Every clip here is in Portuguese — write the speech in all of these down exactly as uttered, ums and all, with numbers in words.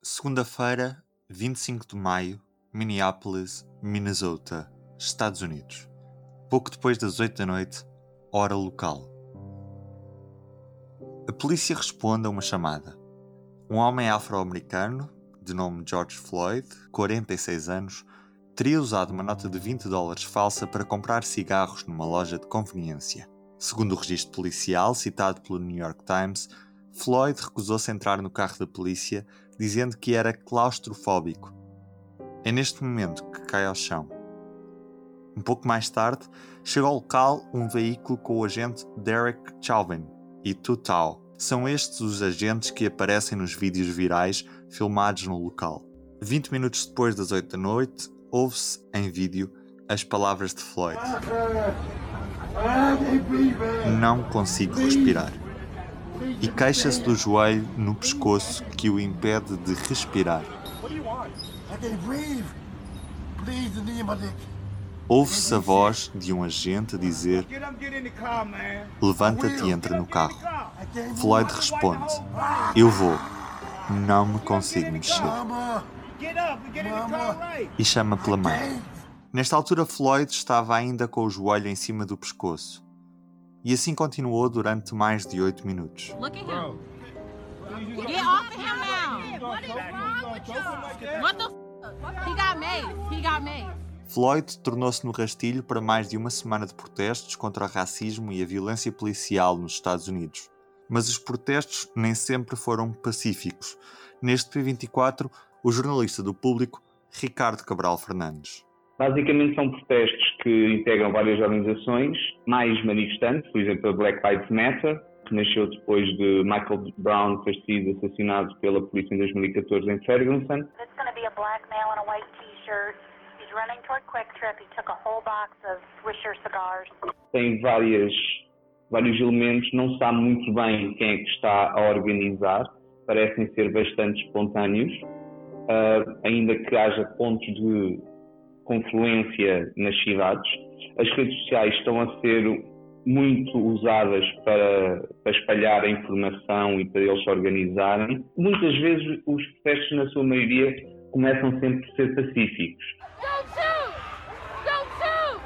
Segunda-feira, vinte e cinco de maio, Minneapolis, Minnesota, Estados Unidos. Pouco depois das oito da noite, hora local. A polícia responde a uma chamada. Um homem afro-americano, de nome George Floyd, quarenta e seis anos, teria usado uma nota de vinte dólares falsa para comprar cigarros numa loja de conveniência. Segundo o registro policial citado pelo New York Times, Floyd recusou-se a entrar no carro da polícia, dizendo que era claustrofóbico. É neste momento que cai ao chão. Um pouco mais tarde, chega ao local um veículo com o agente Derek Chauvin e Tu Tao. São estes os agentes que aparecem nos vídeos virais filmados no local. vinte minutos depois das oito da noite, ouve-se em vídeo as palavras de Floyd. Não consigo respirar. E queixa-se do joelho no pescoço que o impede de respirar. Ouve-se a voz de um agente a dizer: levanta-te e entra no carro. Floyd responde: eu vou. Não me consigo mexer. E chama pela mãe. Nesta altura, Floyd estava ainda com o joelho em cima do pescoço. E assim continuou durante mais de oito minutos. Look at him. Get off of him now. What is wrong with you? What the f***? He got made. He got made. Floyd tornou-se no rastilho para mais de uma semana de protestos contra o racismo e a violência policial nos Estados Unidos. Mas os protestos nem sempre foram pacíficos. Neste P vinte e quatro, o jornalista do Público, Ricardo Cabral Fernandes. Basicamente são protestos que integram várias organizações, mais manifestantes, por exemplo a Black Lives Matter, que nasceu depois de Michael Brown ter sido assassinado pela polícia em dois mil e catorze em Ferguson. It's going to be a black male in a white t-shirt. He's running toward Quick Trip. He took a whole box of Swisher cigars. Tem várias, vários elementos, não se sabe muito bem quem é que está a organizar, parecem ser bastante espontâneos, uh, ainda que haja pontos de confluência nas cidades. As redes sociais estão a ser muito usadas para, para espalhar a informação e para eles se organizarem. Muitas vezes os protestos, na sua maioria, começam sempre por ser pacíficos. Don't shoot! Don't shoot!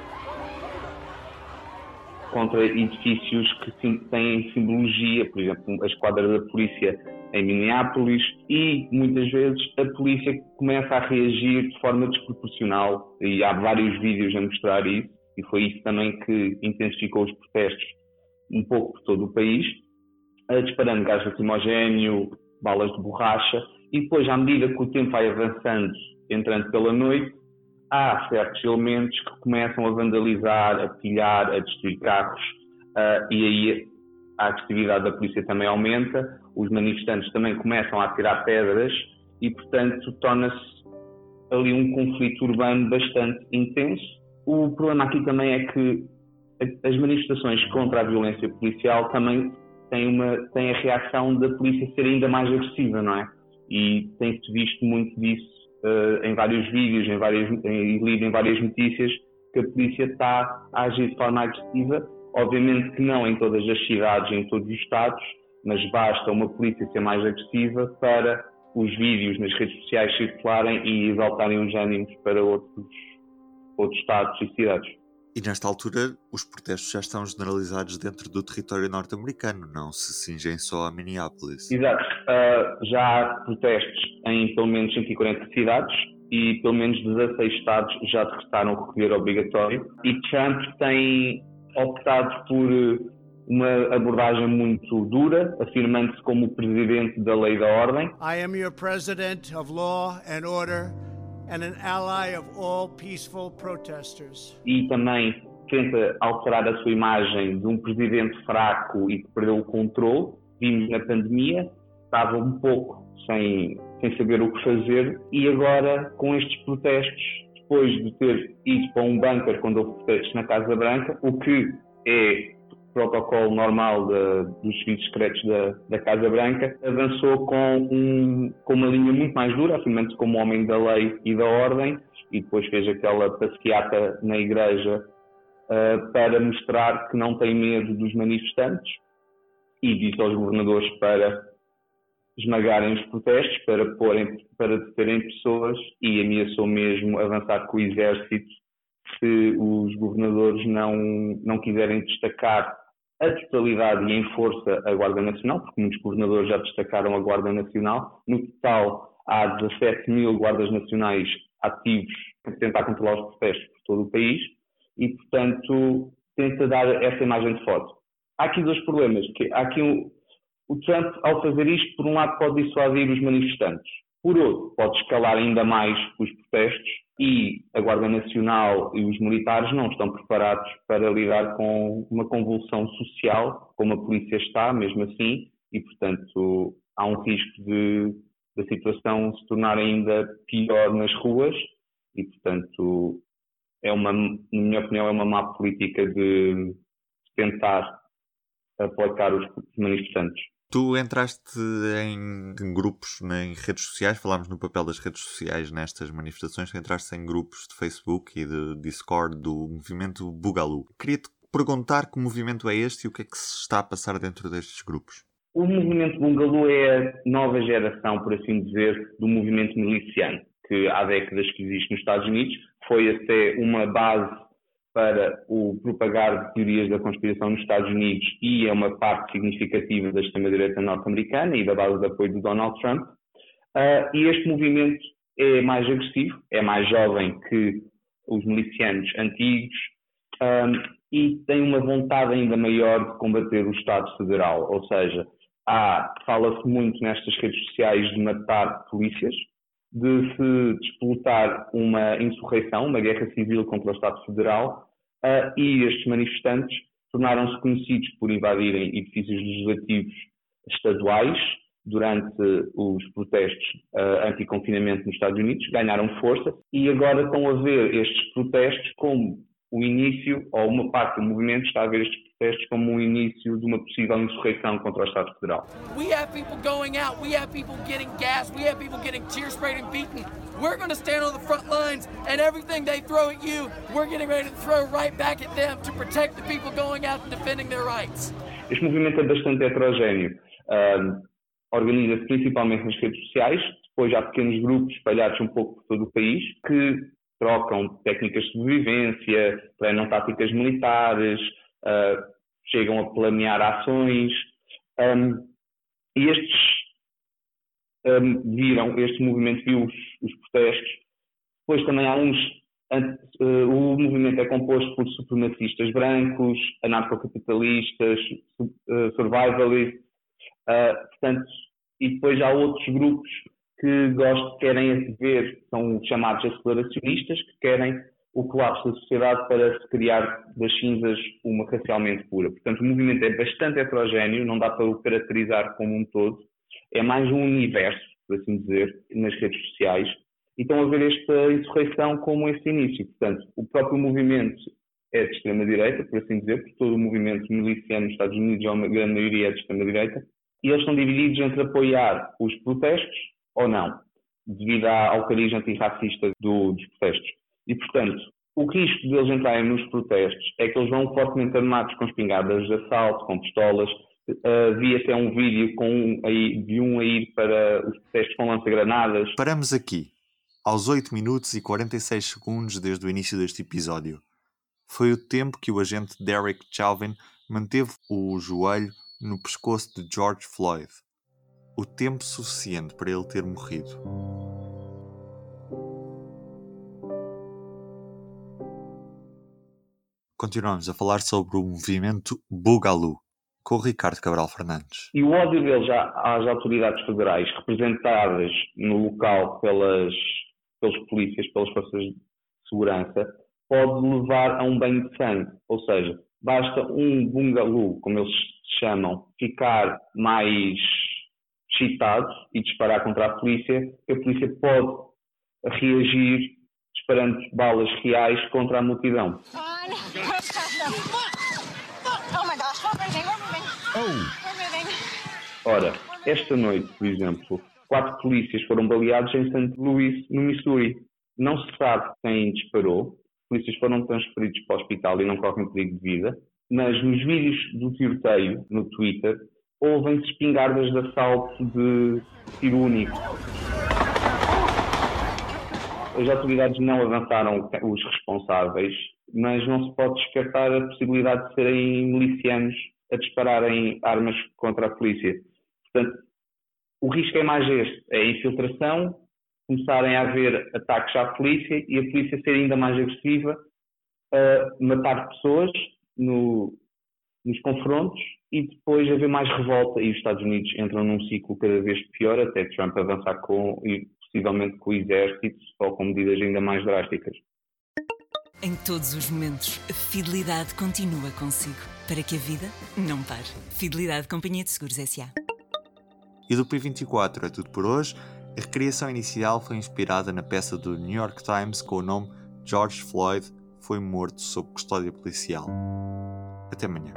Contra edifícios que têm simbologia, por exemplo, a esquadra da polícia em Minneapolis, e muitas vezes a polícia começa a reagir de forma desproporcional, e há vários vídeos a mostrar isso, e foi isso também que intensificou os protestos um pouco por todo o país, disparando gás lacrimogéneo, balas de borracha, e depois, à medida que o tempo vai avançando, entrando pela noite, há certos elementos que começam a vandalizar, a pilhar, a destruir carros, uh, e aí a agressividade da polícia também aumenta, os manifestantes também começam a atirar pedras e, portanto, torna-se ali um conflito urbano bastante intenso. O problema aqui também é que as manifestações contra a violência policial também têm, uma, têm a reação da polícia ser ainda mais agressiva, não é? E tem-se visto muito disso uh, em vários vídeos, em várias, em, lido em várias notícias, que a polícia está a agir de forma agressiva. Obviamente que não em todas as cidades, em todos os estados, mas basta uma polícia ser mais agressiva para os vídeos nas redes sociais circularem e exaltarem os ânimos para outros, outros estados e cidades. E nesta altura os protestos já estão generalizados dentro do território norte-americano, não se cingem só a Minneapolis. Exato. Uh, já há protestos em pelo menos cento e quarenta cidades e pelo menos dezasseis estados já decretaram o recolher obrigatório. E Trump tem optado por uma abordagem muito dura, afirmando-se como o presidente da lei e da ordem. I am your president of law and order and an ally of all peaceful protesters. E também tenta alterar a sua imagem de um presidente fraco e que perdeu o controle. Vimos na pandemia, estava um pouco sem, sem saber o que fazer, e agora com estes protestos, depois de ter ido para um bunker quando houve protestos na Casa Branca, o que é protocolo normal de, dos serviços secretos da, da Casa Branca, avançou com, um, com uma linha muito mais dura, afirmando-se como homem da lei e da ordem, e depois fez aquela passeata na igreja uh, para mostrar que não tem medo dos manifestantes, e disse aos governadores para esmagarem os protestos, para, porem, para deterem pessoas, e ameaçou mesmo avançar com o exército se os governadores não, não quiserem destacar a totalidade e em força a Guarda Nacional, porque muitos governadores já destacaram a Guarda Nacional. No total, há dezassete mil guardas nacionais ativos para tentar controlar os protestos por todo o país e, portanto, tenta dar essa imagem de foto. Há aqui dois problemas. Que há aqui um, o Trump, ao fazer isto, por um lado pode dissuadir os manifestantes, por outro pode escalar ainda mais os protestos e a Guarda Nacional e os militares não estão preparados para lidar com uma convulsão social, como a polícia está, mesmo assim, e, portanto, há um risco de da situação se tornar ainda pior nas ruas e, portanto, é uma, na minha opinião, é uma má política de tentar aplacar os manifestantes. Tu entraste em, em grupos em redes sociais, falámos no papel das redes sociais nestas manifestações, entraste em grupos de Facebook e de Discord do movimento Boogaloo. Queria-te perguntar que movimento é este e o que é que se está a passar dentro destes grupos? O movimento Boogaloo é a nova geração, por assim dizer, do movimento miliciano, que há décadas que existe nos Estados Unidos. Foi até uma base para o propagar de teorias da conspiração nos Estados Unidos e é uma parte significativa da extrema-direita norte-americana e da base de apoio de Donald Trump. Uh, e este movimento é mais agressivo, é mais jovem que os milicianos antigos um, e tem uma vontade ainda maior de combater o Estado Federal, ou seja, há, fala-se muito nestas redes sociais de matar polícias, de se disputar uma insurreição, uma guerra civil contra o Estado Federal, uh, e estes manifestantes tornaram-se conhecidos por invadirem edifícios legislativos estaduais durante os protestos uh, anti-confinamento nos Estados Unidos, ganharam força e agora estão a ver estes protestos como o início, ou uma parte do movimento está a ver estes protestos como o início de uma possível insurreição contra o Estado Federal. We have people going out, we have people getting gas, we have people getting tear sprayed and beaten. We're going to stand on the front lines and everything they throw at you, we're getting ready to throw right back at them to protect the people going out and defending their rights. Este movimento é bastante heterogéneo. Uh, organiza-se principalmente nas redes sociais, depois há pequenos grupos espalhados um pouco por todo o país que trocam técnicas de sobrevivência, treinam táticas militares, uh, chegam a planear ações. Um, e estes um, viram, este movimento viu os, os protestos. Depois também há uns, uh, o movimento é composto por supremacistas brancos, anarcocapitalistas, uh, survivalists, uh, portanto, e depois há outros grupos que gostam, querem ver, são chamados aceleracionistas, que querem o colapso da sociedade para se criar das cinzas uma racialmente pura. Portanto, o movimento é bastante heterogéneo, não dá para o caracterizar como um todo, é mais um universo, por assim dizer, nas redes sociais, e estão a ver esta insurreição como esse início. Portanto, o próprio movimento é de extrema-direita, por assim dizer, porque todo o movimento miliciano nos Estados Unidos, a uma grande maioria é de extrema-direita, e eles estão divididos entre apoiar os protestos ou não, devido ao cariz antirracista do, dos protestos. E, portanto, o risco deles entrarem nos protestos é que eles vão fortemente armados com espingardas de assalto, com pistolas. Uh, vi até um vídeo com um, aí, de um a ir para os protestos com lança-granadas. Paramos aqui, aos oito minutos e quarenta e seis segundos desde o início deste episódio. Foi o tempo que o agente Derek Chauvin manteve o joelho no pescoço de George Floyd. O tempo suficiente para ele ter morrido. Continuamos a falar sobre o movimento Boogaloo, com o Ricardo Cabral Fernandes. E o ódio deles às autoridades federais, representadas no local pelas, pelos polícias, pelas forças de segurança, pode levar a um banho de sangue. Ou seja, basta um Boogaloo, como eles se chamam, ficar mais excitado e disparar contra a polícia, que a polícia pode reagir disparando balas reais contra a multidão. Ora, esta noite, por exemplo, quatro polícias foram baleados em Saint Louis, no Missouri. Não se sabe quem disparou. Os polícias foram transferidos para o hospital e não correm perigo de vida. Mas nos vídeos do tiroteio, no Twitter, ouvem-se espingardas de assalto de tiro único. As autoridades não avançaram os responsáveis, mas não se pode descartar a possibilidade de serem milicianos a dispararem armas contra a polícia. Portanto, o risco é mais este, é a infiltração, começarem a haver ataques à polícia e a polícia ser ainda mais agressiva, a matar pessoas no, nos confrontos e depois haver mais revolta e os Estados Unidos entram num ciclo cada vez pior até Trump avançar com, e possivelmente com o exército ou com medidas ainda mais drásticas. Em todos os momentos, a fidelidade continua consigo, para que a vida não pare. Fidelidade Companhia de Seguros S A. E do P vinte e quatro é tudo por hoje. A recriação inicial foi inspirada na peça do New York Times com o nome George Floyd foi morto sob custódia policial. Até amanhã.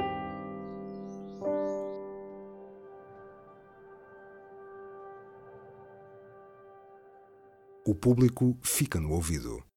O público fica no ouvido.